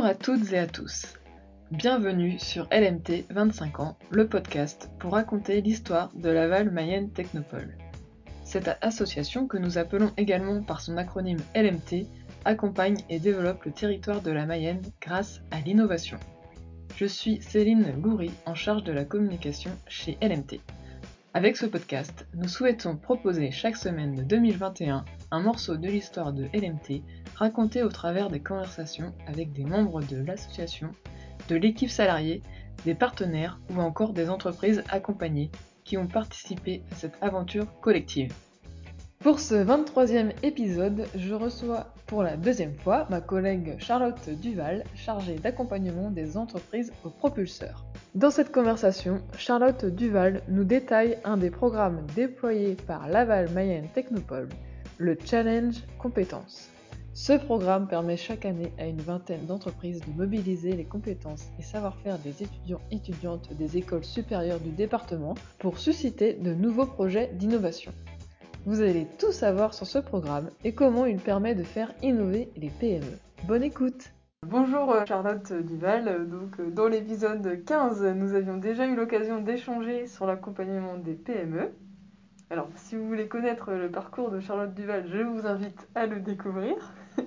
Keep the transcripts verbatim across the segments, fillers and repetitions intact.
Bonjour à toutes et à tous. Bienvenue sur L M T vingt-cinq ans, le podcast pour raconter l'histoire de Laval Mayenne Technopole. Cette association, que nous appelons également par son acronyme L M T, accompagne et développe le territoire de la Mayenne grâce à l'innovation. Je suis Céline Loury, en charge de la communication chez L M T. Avec ce podcast, nous souhaitons proposer chaque semaine de deux mille vingt et un un morceau de l'histoire de L M T, raconté au travers des conversations avec des membres de l'association, de l'équipe salariée, des partenaires ou encore des entreprises accompagnées qui ont participé à cette aventure collective. Pour ce vingt-troisième épisode, je reçois pour la deuxième fois ma collègue Charlotte Duval, chargée d'accompagnement des entreprises au propulseur. Dans cette conversation, Charlotte Duval nous détaille un des programmes déployés par Laval Mayenne Technopole, le Challenge Compétences. Ce programme permet chaque année à une vingtaine d'entreprises de mobiliser les compétences et savoir-faire des étudiants et étudiantes des écoles supérieures du département pour susciter de nouveaux projets d'innovation. Vous allez tout savoir sur ce programme et comment il permet de faire innover les P M E. Bonne écoute! Bonjour Charlotte Duval, donc dans l'épisode quinze, nous avions déjà eu l'occasion d'échanger sur l'accompagnement des P M E. Alors, si vous voulez connaître le parcours de Charlotte Duval, je vous invite à le découvrir.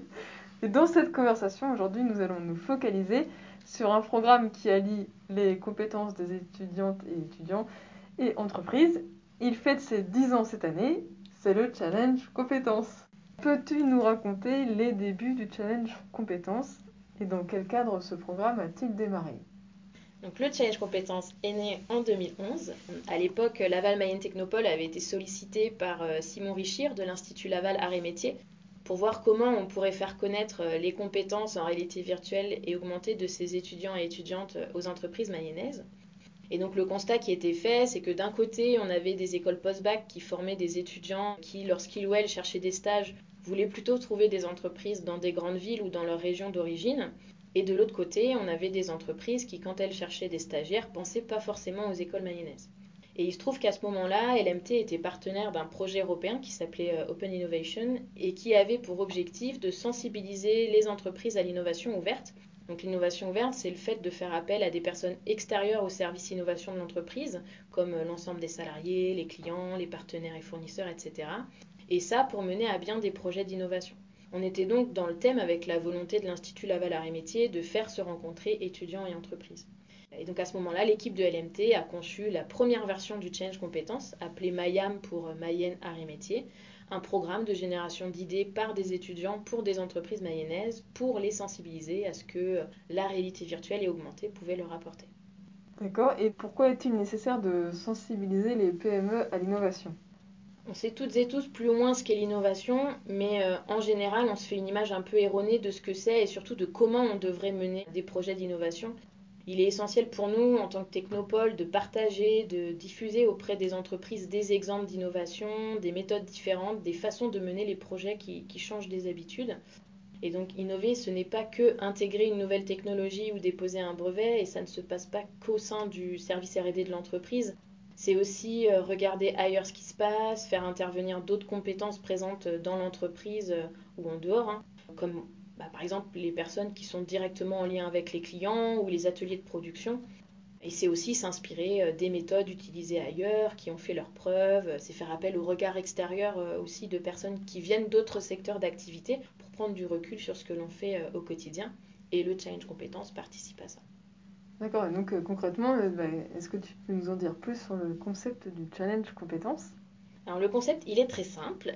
Et dans cette conversation, aujourd'hui, nous allons nous focaliser sur un programme qui allie les compétences des étudiantes et étudiants et entreprises. Il fête ses dix ans cette année, c'est le Challenge Compétences. Peux-tu nous raconter les débuts du Challenge Compétences et dans quel cadre ce programme a-t-il démarré ? Donc, le Challenge Compétences est né en deux mille onze. À l'époque, Laval Mayenne Technopole avait été sollicité par Simon Richir de l'Institut Laval Arts et Métiers pour voir comment on pourrait faire connaître les compétences en réalité virtuelle et augmentée de ces étudiants et étudiantes aux entreprises mayennaises. Et donc le constat qui était fait, c'est que d'un côté, on avait des écoles post-bac qui formaient des étudiants qui, lorsqu'ils ou elles cherchaient des stages, voulaient plutôt trouver des entreprises dans des grandes villes ou dans leur région d'origine. Et de l'autre côté, on avait des entreprises qui, quand elles cherchaient des stagiaires, pensaient pas forcément aux écoles mayennaises. Et il se trouve qu'à ce moment-là, L M T était partenaire d'un projet européen qui s'appelait Open Innovation et qui avait pour objectif de sensibiliser les entreprises à l'innovation ouverte. Donc l'innovation ouverte, c'est le fait de faire appel à des personnes extérieures au service innovation de l'entreprise, comme l'ensemble des salariés, les clients, les partenaires et fournisseurs, et cetera. Et ça pour mener à bien des projets d'innovation. On était donc dans le thème avec la volonté de l'Institut Laval Arts et Métiers de faire se rencontrer étudiants et entreprises. Et donc à ce moment-là, l'équipe de L M T a conçu la première version du Challenge Compétences, appelée Mayam pour Mayenne Arts et Métiers, un programme de génération d'idées par des étudiants pour des entreprises mayennaises pour les sensibiliser à ce que la réalité virtuelle et augmentée pouvait leur apporter. D'accord, et pourquoi est-il nécessaire de sensibiliser les P M E à l'innovation ? On sait toutes et tous plus ou moins ce qu'est l'innovation, mais euh, en général, on se fait une image un peu erronée de ce que c'est et surtout de comment on devrait mener des projets d'innovation. Il est essentiel pour nous, en tant que technopole, de partager, de diffuser auprès des entreprises des exemples d'innovation, des méthodes différentes, des façons de mener les projets qui, qui changent des habitudes. Et donc innover, ce n'est pas que intégrer une nouvelle technologie ou déposer un brevet, et ça ne se passe pas qu'au sein du service R et D de l'entreprise. C'est aussi regarder ailleurs ce qui se passe, faire intervenir d'autres compétences présentes dans l'entreprise ou en dehors, hein, comme bah, par exemple les personnes qui sont directement en lien avec les clients ou les ateliers de production. Et c'est aussi s'inspirer des méthodes utilisées ailleurs, qui ont fait leurs preuves. C'est faire appel au regard extérieur aussi de personnes qui viennent d'autres secteurs d'activité pour prendre du recul sur ce que l'on fait au quotidien. Et le Challenge Compétences participe à ça. D'accord, et donc euh, concrètement, euh, bah, est-ce que tu peux nous en dire plus sur le concept du Challenge Compétences ? Alors le concept, il est très simple.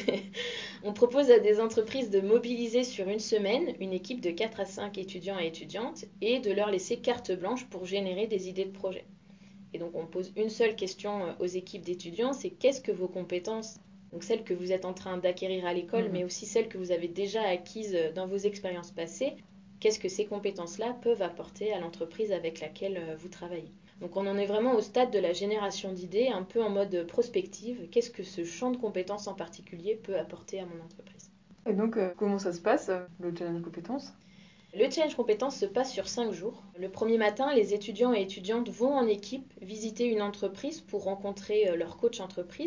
On propose à des entreprises de mobiliser sur une semaine une équipe de quatre à cinq étudiants et étudiantes et de leur laisser carte blanche pour générer des idées de projet. Et donc on pose une seule question aux équipes d'étudiants, c'est qu'est-ce que vos compétences, donc celles que vous êtes en train d'acquérir à l'école, mmh. mais aussi celles que vous avez déjà acquises dans vos expériences passées, qu'est-ce que ces compétences-là peuvent apporter à l'entreprise avec laquelle vous travaillez. Donc on en est vraiment au stade de la génération d'idées, un peu en mode prospective. Qu'est-ce que ce champ de compétences en particulier peut apporter à mon entreprise ? Et donc euh, comment ça se passe, le Challenge Compétences ? Le Challenge Compétences se passe sur cinq jours. Le premier matin, les étudiants et étudiantes vont en équipe visiter une entreprise pour rencontrer leur coach entreprise.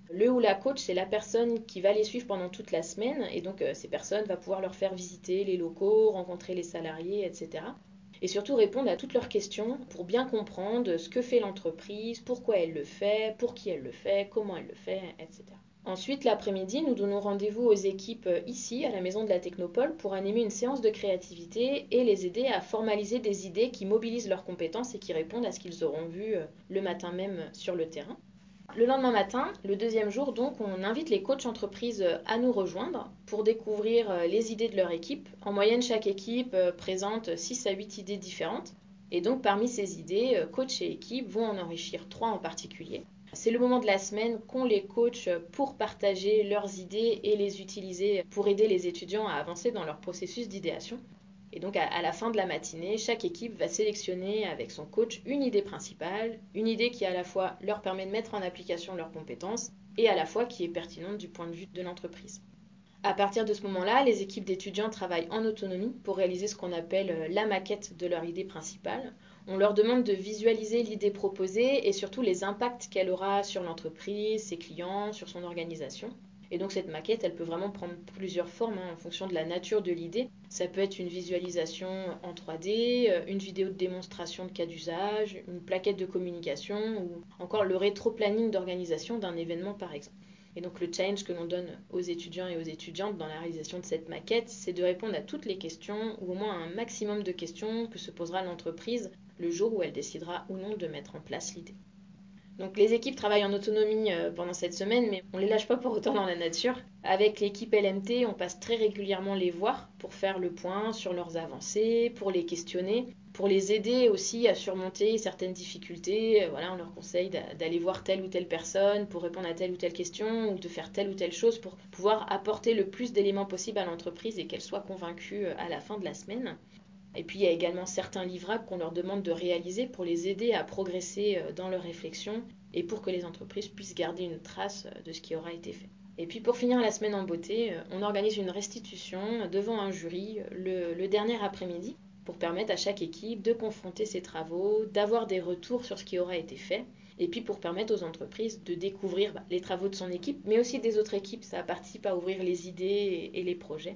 Le ou la coach, c'est la personne qui va les suivre pendant toute la semaine et donc euh, ces personnes vont pouvoir leur faire visiter les locaux, rencontrer les salariés, et cetera. Et surtout répondre à toutes leurs questions pour bien comprendre ce que fait l'entreprise, pourquoi elle le fait, pour qui elle le fait, comment elle le fait, et cetera. Ensuite, l'après-midi, nous donnons rendez-vous aux équipes ici, à la Maison de la Technopole, pour animer une séance de créativité et les aider à formaliser des idées qui mobilisent leurs compétences et qui répondent à ce qu'ils auront vu le matin même sur le terrain. Le lendemain matin, le deuxième jour, donc, on invite les coachs entreprises à nous rejoindre pour découvrir les idées de leur équipe. En moyenne, chaque équipe présente six à huit idées différentes. Et donc, parmi ces idées, coach et équipe vont en enrichir trois en particulier. C'est le moment de la semaine qu'ont les coachs pour partager leurs idées et les utiliser pour aider les étudiants à avancer dans leur processus d'idéation. Et donc, à la fin de la matinée, chaque équipe va sélectionner avec son coach une idée principale, une idée qui à la fois leur permet de mettre en application leurs compétences et à la fois qui est pertinente du point de vue de l'entreprise. À partir de ce moment-là, les équipes d'étudiants travaillent en autonomie pour réaliser ce qu'on appelle la maquette de leur idée principale. On leur demande de visualiser l'idée proposée et surtout les impacts qu'elle aura sur l'entreprise, ses clients, sur son organisation. Et donc cette maquette, elle peut vraiment prendre plusieurs formes hein, en fonction de la nature de l'idée. Ça peut être une visualisation en trois D, une vidéo de démonstration de cas d'usage, une plaquette de communication ou encore le rétro-planning d'organisation d'un événement par exemple. Et donc le challenge que l'on donne aux étudiants et aux étudiantes dans la réalisation de cette maquette, c'est de répondre à toutes les questions ou au moins à un maximum de questions que se posera l'entreprise le jour où elle décidera ou non de mettre en place l'idée. Donc les équipes travaillent en autonomie pendant cette semaine, mais on ne les lâche pas pour autant dans la nature. Avec l'équipe L M T, on passe très régulièrement les voir pour faire le point sur leurs avancées, pour les questionner, pour les aider aussi à surmonter certaines difficultés. Voilà, on leur conseille d'aller voir telle ou telle personne pour répondre à telle ou telle question ou de faire telle ou telle chose pour pouvoir apporter le plus d'éléments possible à l'entreprise et qu'elle soit convaincue à la fin de la semaine. Et puis il y a également certains livrables qu'on leur demande de réaliser pour les aider à progresser dans leur réflexion et pour que les entreprises puissent garder une trace de ce qui aura été fait. Et puis pour finir la semaine en beauté, on organise une restitution devant un jury le, le dernier après-midi pour permettre à chaque équipe de confronter ses travaux, d'avoir des retours sur ce qui aura été fait et puis pour permettre aux entreprises de découvrir bah, les travaux de son équipe mais aussi des autres équipes. Ça participe à ouvrir les idées et les projets.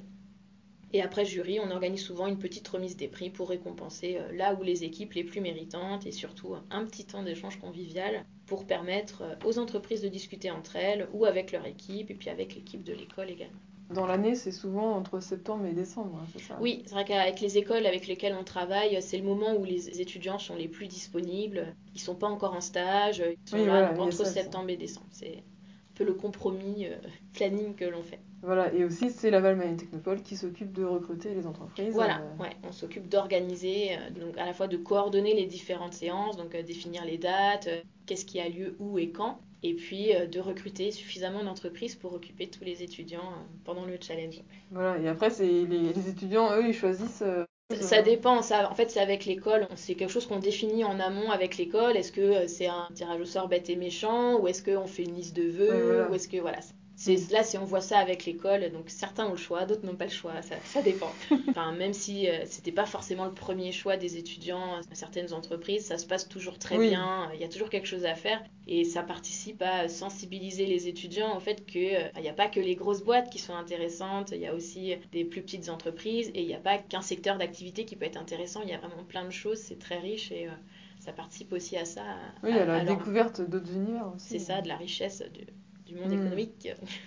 Et après jury, on organise souvent une petite remise des prix pour récompenser là où les équipes les plus méritantes et surtout un petit temps d'échange convivial pour permettre aux entreprises de discuter entre elles ou avec leur équipe et puis avec l'équipe de l'école également. Dans l'année, c'est souvent entre septembre et décembre, hein, c'est ça? Oui, c'est vrai qu'avec les écoles avec lesquelles on travaille, c'est le moment où les étudiants sont les plus disponibles. Ils ne sont pas encore en stage, ils sont oui, là voilà, donc entre ça, septembre et décembre. C'est un peu le compromis euh, planning que l'on fait. Voilà, et aussi c'est Laval Mayenne Technopole qui s'occupe de recruter les entreprises. Voilà, euh... ouais, on s'occupe d'organiser, euh, donc à la fois de coordonner les différentes séances, donc euh, définir les dates, euh, qu'est-ce qui a lieu, où et quand, et puis euh, de recruter suffisamment d'entreprises pour occuper tous les étudiants euh, pendant le challenge. Voilà, et après c'est les, les étudiants, eux, ils choisissent. Euh, Ça dépend, ça, en fait c'est avec l'école, c'est quelque chose qu'on définit en amont avec l'école, est-ce que c'est un tirage au sort bête et méchant, ou est-ce qu'on fait une liste de vœux, ouais, voilà. ou est-ce que, voilà, c'est, Mm. là c'est on voit ça avec l'école, donc certains ont le choix, d'autres n'ont pas le choix, ça, ça dépend. Enfin, même si euh, c'était pas forcément le premier choix des étudiants à certaines entreprises, ça se passe toujours très oui. bien, il y a toujours quelque chose à faire, et ça participe à sensibiliser les étudiants au fait qu'il n'y a pas que les grosses boîtes qui sont intéressantes, il y a aussi des plus petites entreprises, et il n'y a pas qu'un secteur d'activité qui peut être intéressant, il y a vraiment plein de choses, c'est très riche, et euh, ça participe aussi à ça. À, oui, à la à leur... découverte d'autres univers aussi. C'est ça, de la richesse du, du monde mm. économique.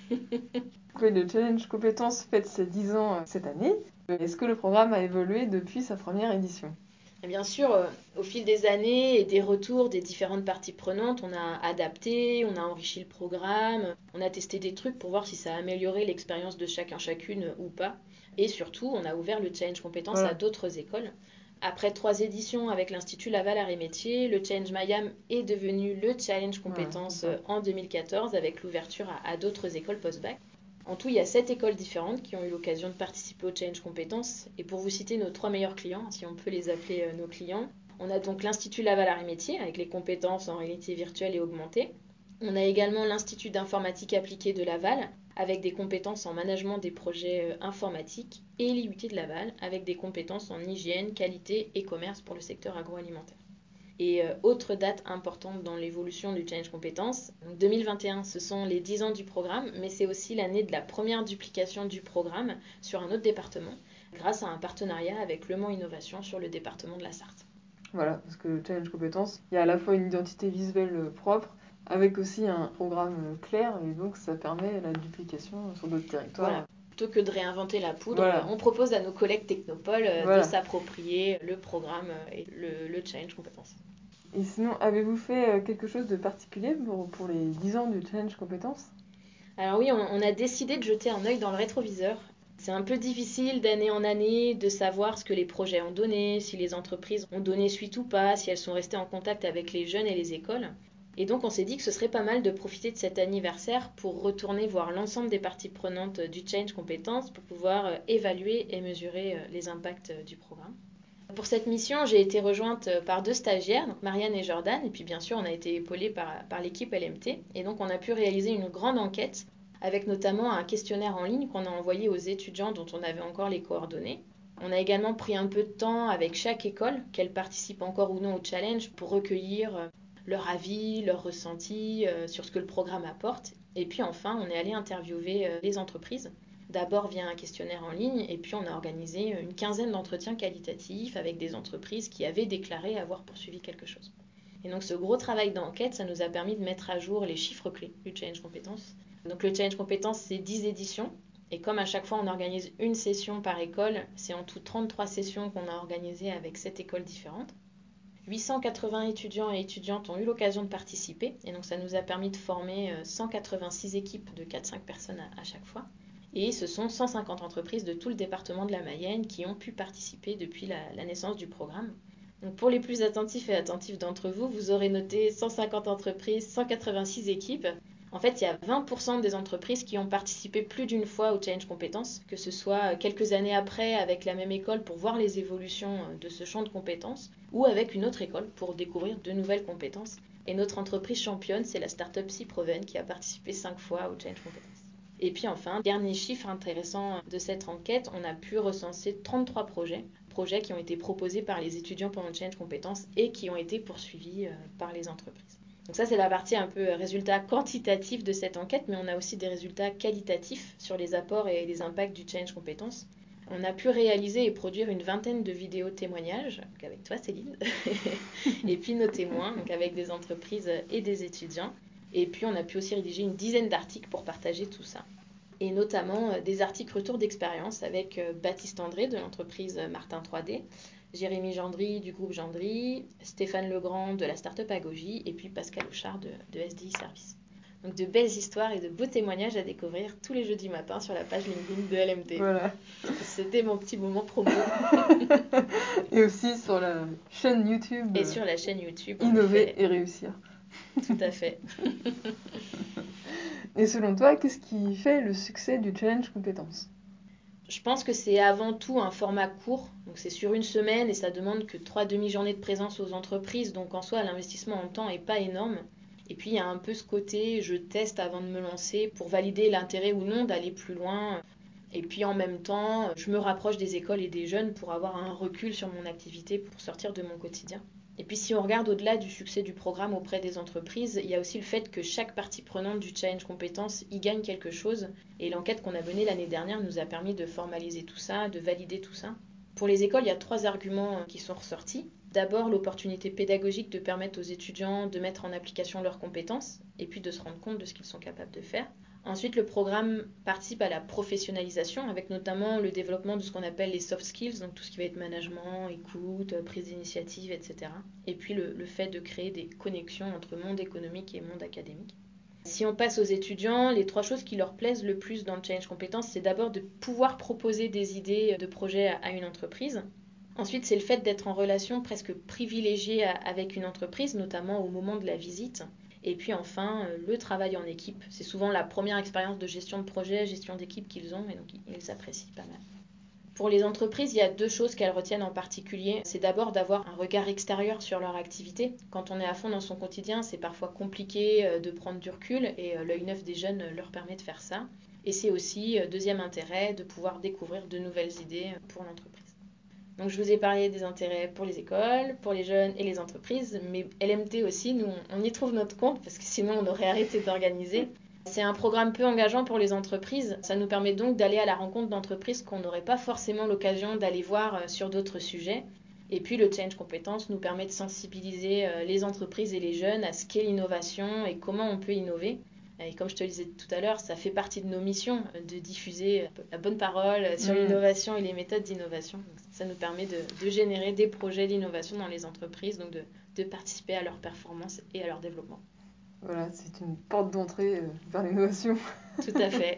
Oui, le challenge compétences fête ses dix ans cette année. Est-ce que le programme a évolué depuis sa première édition? Et bien sûr, euh, au fil des années et des retours des différentes parties prenantes, on a adapté, on a enrichi le programme, on a testé des trucs pour voir si ça a amélioré l'expérience de chacun chacune ou pas. Et surtout, on a ouvert le challenge compétences voilà. à d'autres écoles. Après trois éditions avec l'Institut Laval Arts et Métiers, le Challenge Mayam est devenu le Challenge Compétences ouais, en deux mille quatorze avec l'ouverture à, à d'autres écoles post-bac. En tout, il y a sept écoles différentes qui ont eu l'occasion de participer au Challenge Compétences. Et pour vous citer nos trois meilleurs clients, si on peut les appeler euh, nos clients, on a donc l'Institut Laval Arts et Métiers avec les compétences en réalité virtuelle et augmentée. On a également l'Institut d'informatique appliquée de Laval avec des compétences en management des projets euh, informatiques et l'I U T de Laval avec des compétences en hygiène, qualité et commerce pour le secteur agroalimentaire. Et euh, autre date importante dans l'évolution du Challenge Compétences, donc deux mille vingt et un, ce sont les dix ans du programme, mais c'est aussi l'année de la première duplication du programme sur un autre département, grâce à un partenariat avec Le Mans Innovation sur le département de la Sarthe. Voilà, parce que le Challenge Compétences, il y a à la fois une identité visuelle propre, avec aussi un programme clair, et donc ça permet la duplication sur d'autres territoires. Voilà. Plutôt que de réinventer la poudre, Voilà. on propose à nos collègues technopoles Voilà. de s'approprier le programme et le, le Challenge Compétences. Et sinon, avez-vous fait quelque chose de particulier pour, pour les dix ans du Challenge Compétences ? Alors oui, on, on a décidé de jeter un œil dans le rétroviseur. C'est un peu difficile d'année en année de savoir ce que les projets ont donné, si les entreprises ont donné suite ou pas, si elles sont restées en contact avec les jeunes et les écoles. Et donc on s'est dit que ce serait pas mal de profiter de cet anniversaire pour retourner voir l'ensemble des parties prenantes du Challenge Compétences pour pouvoir évaluer et mesurer les impacts du programme. Pour cette mission, j'ai été rejointe par deux stagiaires, donc Marianne et Jordan, et puis bien sûr on a été épaulés par, par l'équipe L M T, et donc on a pu réaliser une grande enquête avec notamment un questionnaire en ligne qu'on a envoyé aux étudiants dont on avait encore les coordonnées. On a également pris un peu de temps avec chaque école, qu'elle participe encore ou non au challenge, pour recueillir leur avis, leur ressenti euh, sur ce que le programme apporte. Et puis enfin, on est allé interviewer euh, les entreprises, d'abord via un questionnaire en ligne, et puis on a organisé une quinzaine d'entretiens qualitatifs avec des entreprises qui avaient déclaré avoir poursuivi quelque chose. Et donc ce gros travail d'enquête, ça nous a permis de mettre à jour les chiffres clés du Challenge Compétences. Donc le Challenge Compétences, c'est dix éditions, et comme à chaque fois on organise une session par école, c'est en tout trente-trois sessions qu'on a organisées avec sept écoles différentes. huit cent quatre-vingts étudiants et étudiantes ont eu l'occasion de participer, et donc ça nous a permis de former cent quatre-vingt-six équipes de quatre à cinq personnes à, à chaque fois. Et ce sont cent cinquante entreprises de tout le département de la Mayenne qui ont pu participer depuis la, la naissance du programme. Donc pour les plus attentifs et attentifs d'entre vous, vous aurez noté cent cinquante entreprises, cent quatre-vingt-six équipes. En fait, il y a vingt pour cent des entreprises qui ont participé plus d'une fois au Challenge Compétences, que ce soit quelques années après avec la même école pour voir les évolutions de ce champ de compétences, ou avec une autre école pour découvrir de nouvelles compétences. Et notre entreprise championne, c'est la start-up Cyproven qui a participé cinq fois au Challenge Compétences. Et puis enfin, dernier chiffre intéressant de cette enquête, on a pu recenser trente-trois projets, projets qui ont été proposés par les étudiants pendant le Challenge Compétences et qui ont été poursuivis par les entreprises. Donc ça, c'est la partie un peu résultat quantitatif de cette enquête, mais on a aussi des résultats qualitatifs sur les apports et les impacts du Challenge Compétences. On a pu réaliser et produire une vingtaine de vidéos témoignages, donc avec toi Céline, et puis nos témoins, donc avec des entreprises et des étudiants. Et puis on a pu aussi rédiger une dizaine d'articles pour partager tout ça. Et notamment des articles retour d'expérience avec Baptiste André de l'entreprise Martin trois D, Jérémy Gendry du groupe Gendry, Stéphane Legrand de la start-up Agogie et puis Pascal Auchard de, de S D I Service. Donc de belles histoires et de beaux témoignages à découvrir tous les jeudis matins sur la page LinkedIn de L M T. Voilà. C'était mon petit moment promo. Et aussi sur la chaîne YouTube. Et sur la chaîne YouTube. Innover et réussir. Tout à fait. Et selon toi, qu'est-ce qui fait le succès du Challenge Compétences ? Je pense que c'est avant tout un format court, donc c'est sur une semaine et ça demande que trois demi-journées de présence aux entreprises, donc en soi l'investissement en temps n'est pas énorme. Et puis il y a un peu ce côté, je teste avant de me lancer pour valider l'intérêt ou non d'aller plus loin. Et puis en même temps, je me rapproche des écoles et des jeunes pour avoir un recul sur mon activité, pour sortir de mon quotidien. Et puis si on regarde au-delà du succès du programme auprès des entreprises, il y a aussi le fait que chaque partie prenante du Challenge Compétences y gagne quelque chose. Et l'enquête qu'on a menée l'année dernière nous a permis de formaliser tout ça, de valider tout ça. Pour les écoles, il y a trois arguments qui sont ressortis. D'abord, l'opportunité pédagogique de permettre aux étudiants de mettre en application leurs compétences et puis de se rendre compte de ce qu'ils sont capables de faire. Ensuite, le programme participe à la professionnalisation avec notamment le développement de ce qu'on appelle les soft skills, donc tout ce qui va être management, écoute, prise d'initiative, et cetera. Et puis le, le fait de créer des connexions entre monde économique et monde académique. Si on passe aux étudiants, les trois choses qui leur plaisent le plus dans le Challenge Compétences, c'est d'abord de pouvoir proposer des idées de projets à une entreprise. Ensuite, c'est le fait d'être en relation presque privilégiée avec une entreprise, notamment au moment de la visite. Et puis enfin, le travail en équipe. C'est souvent la première expérience de gestion de projet, gestion d'équipe qu'ils ont, et donc ils apprécient pas mal. Pour les entreprises, il y a deux choses qu'elles retiennent en particulier. C'est d'abord d'avoir un regard extérieur sur leur activité. Quand on est à fond dans son quotidien, c'est parfois compliqué de prendre du recul, et l'œil neuf des jeunes leur permet de faire ça. Et c'est aussi, deuxième intérêt, de pouvoir découvrir de nouvelles idées pour l'entreprise. Donc je vous ai parlé des intérêts pour les écoles, pour les jeunes et les entreprises, mais L M T aussi, nous on y trouve notre compte parce que sinon on aurait arrêté d'organiser. C'est un programme peu engageant pour les entreprises, ça nous permet donc d'aller à la rencontre d'entreprises qu'on n'aurait pas forcément l'occasion d'aller voir sur d'autres sujets. Et puis le Change Compétences nous permet de sensibiliser les entreprises et les jeunes à ce qu'est l'innovation et comment on peut innover. Et comme je te le disais tout à l'heure, ça fait partie de nos missions de diffuser la bonne parole sur mmh. l'innovation et les méthodes d'innovation. Donc, ça nous permet de, de générer des projets d'innovation dans les entreprises, donc de, de participer à leur performance et à leur développement. Voilà, c'est une porte d'entrée vers l'innovation. Tout à fait.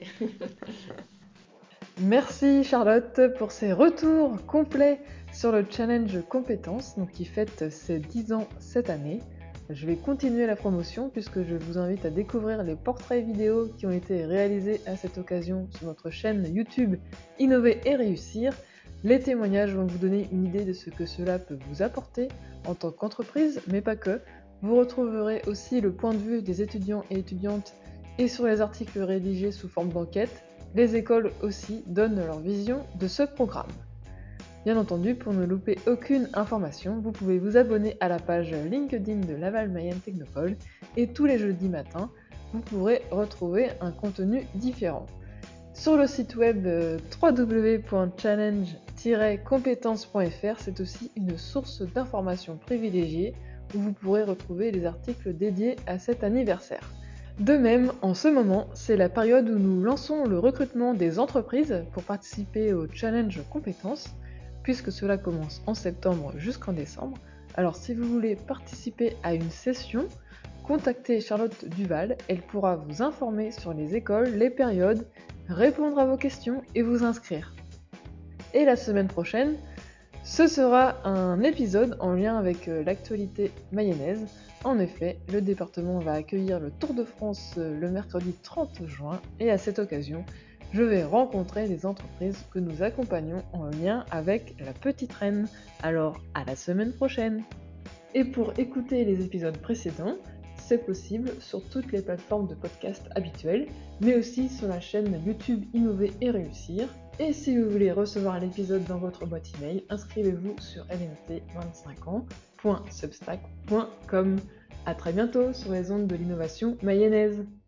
Merci Charlotte pour ces retours complets sur le Challenge Compétences, donc qui fête ses dix ans cette année. Je vais continuer la promotion puisque je vous invite à découvrir les portraits vidéo qui ont été réalisés à cette occasion sur notre chaîne YouTube Innover et Réussir. Les témoignages vont vous donner une idée de ce que cela peut vous apporter en tant qu'entreprise, mais pas que. Vous retrouverez aussi le point de vue des étudiants et étudiantes et sur les articles rédigés sous forme d'enquête. Les écoles aussi donnent leur vision de ce programme. Bien entendu, pour ne louper aucune information, vous pouvez vous abonner à la page LinkedIn de Laval Mayenne Technopole et tous les jeudis matins, vous pourrez retrouver un contenu différent. Sur le site web w w w point challenge tiret compétences point f r, c'est aussi une source d'informations privilégiée où vous pourrez retrouver les articles dédiés à cet anniversaire. De même, en ce moment, c'est la période où nous lançons le recrutement des entreprises pour participer au Challenge Compétences, puisque cela commence en septembre jusqu'en décembre. Alors si vous voulez participer à une session, contactez Charlotte Duval, elle pourra vous informer sur les écoles, les périodes, répondre à vos questions et vous inscrire. Et la semaine prochaine, ce sera un épisode en lien avec l'actualité mayonnaise. En effet, le département va accueillir le Tour de France le mercredi trente juin et à cette occasion, je vais rencontrer des entreprises que nous accompagnons en lien avec la Petite Reine. Alors, à la semaine prochaine! Et pour écouter les épisodes précédents, c'est possible sur toutes les plateformes de podcast habituelles, mais aussi sur la chaîne YouTube Innover et Réussir. Et si vous voulez recevoir l'épisode dans votre boîte email, inscrivez-vous sur l m t vingt-cinq ans point substack point com. À très bientôt sur les ondes de l'innovation mayonnaise.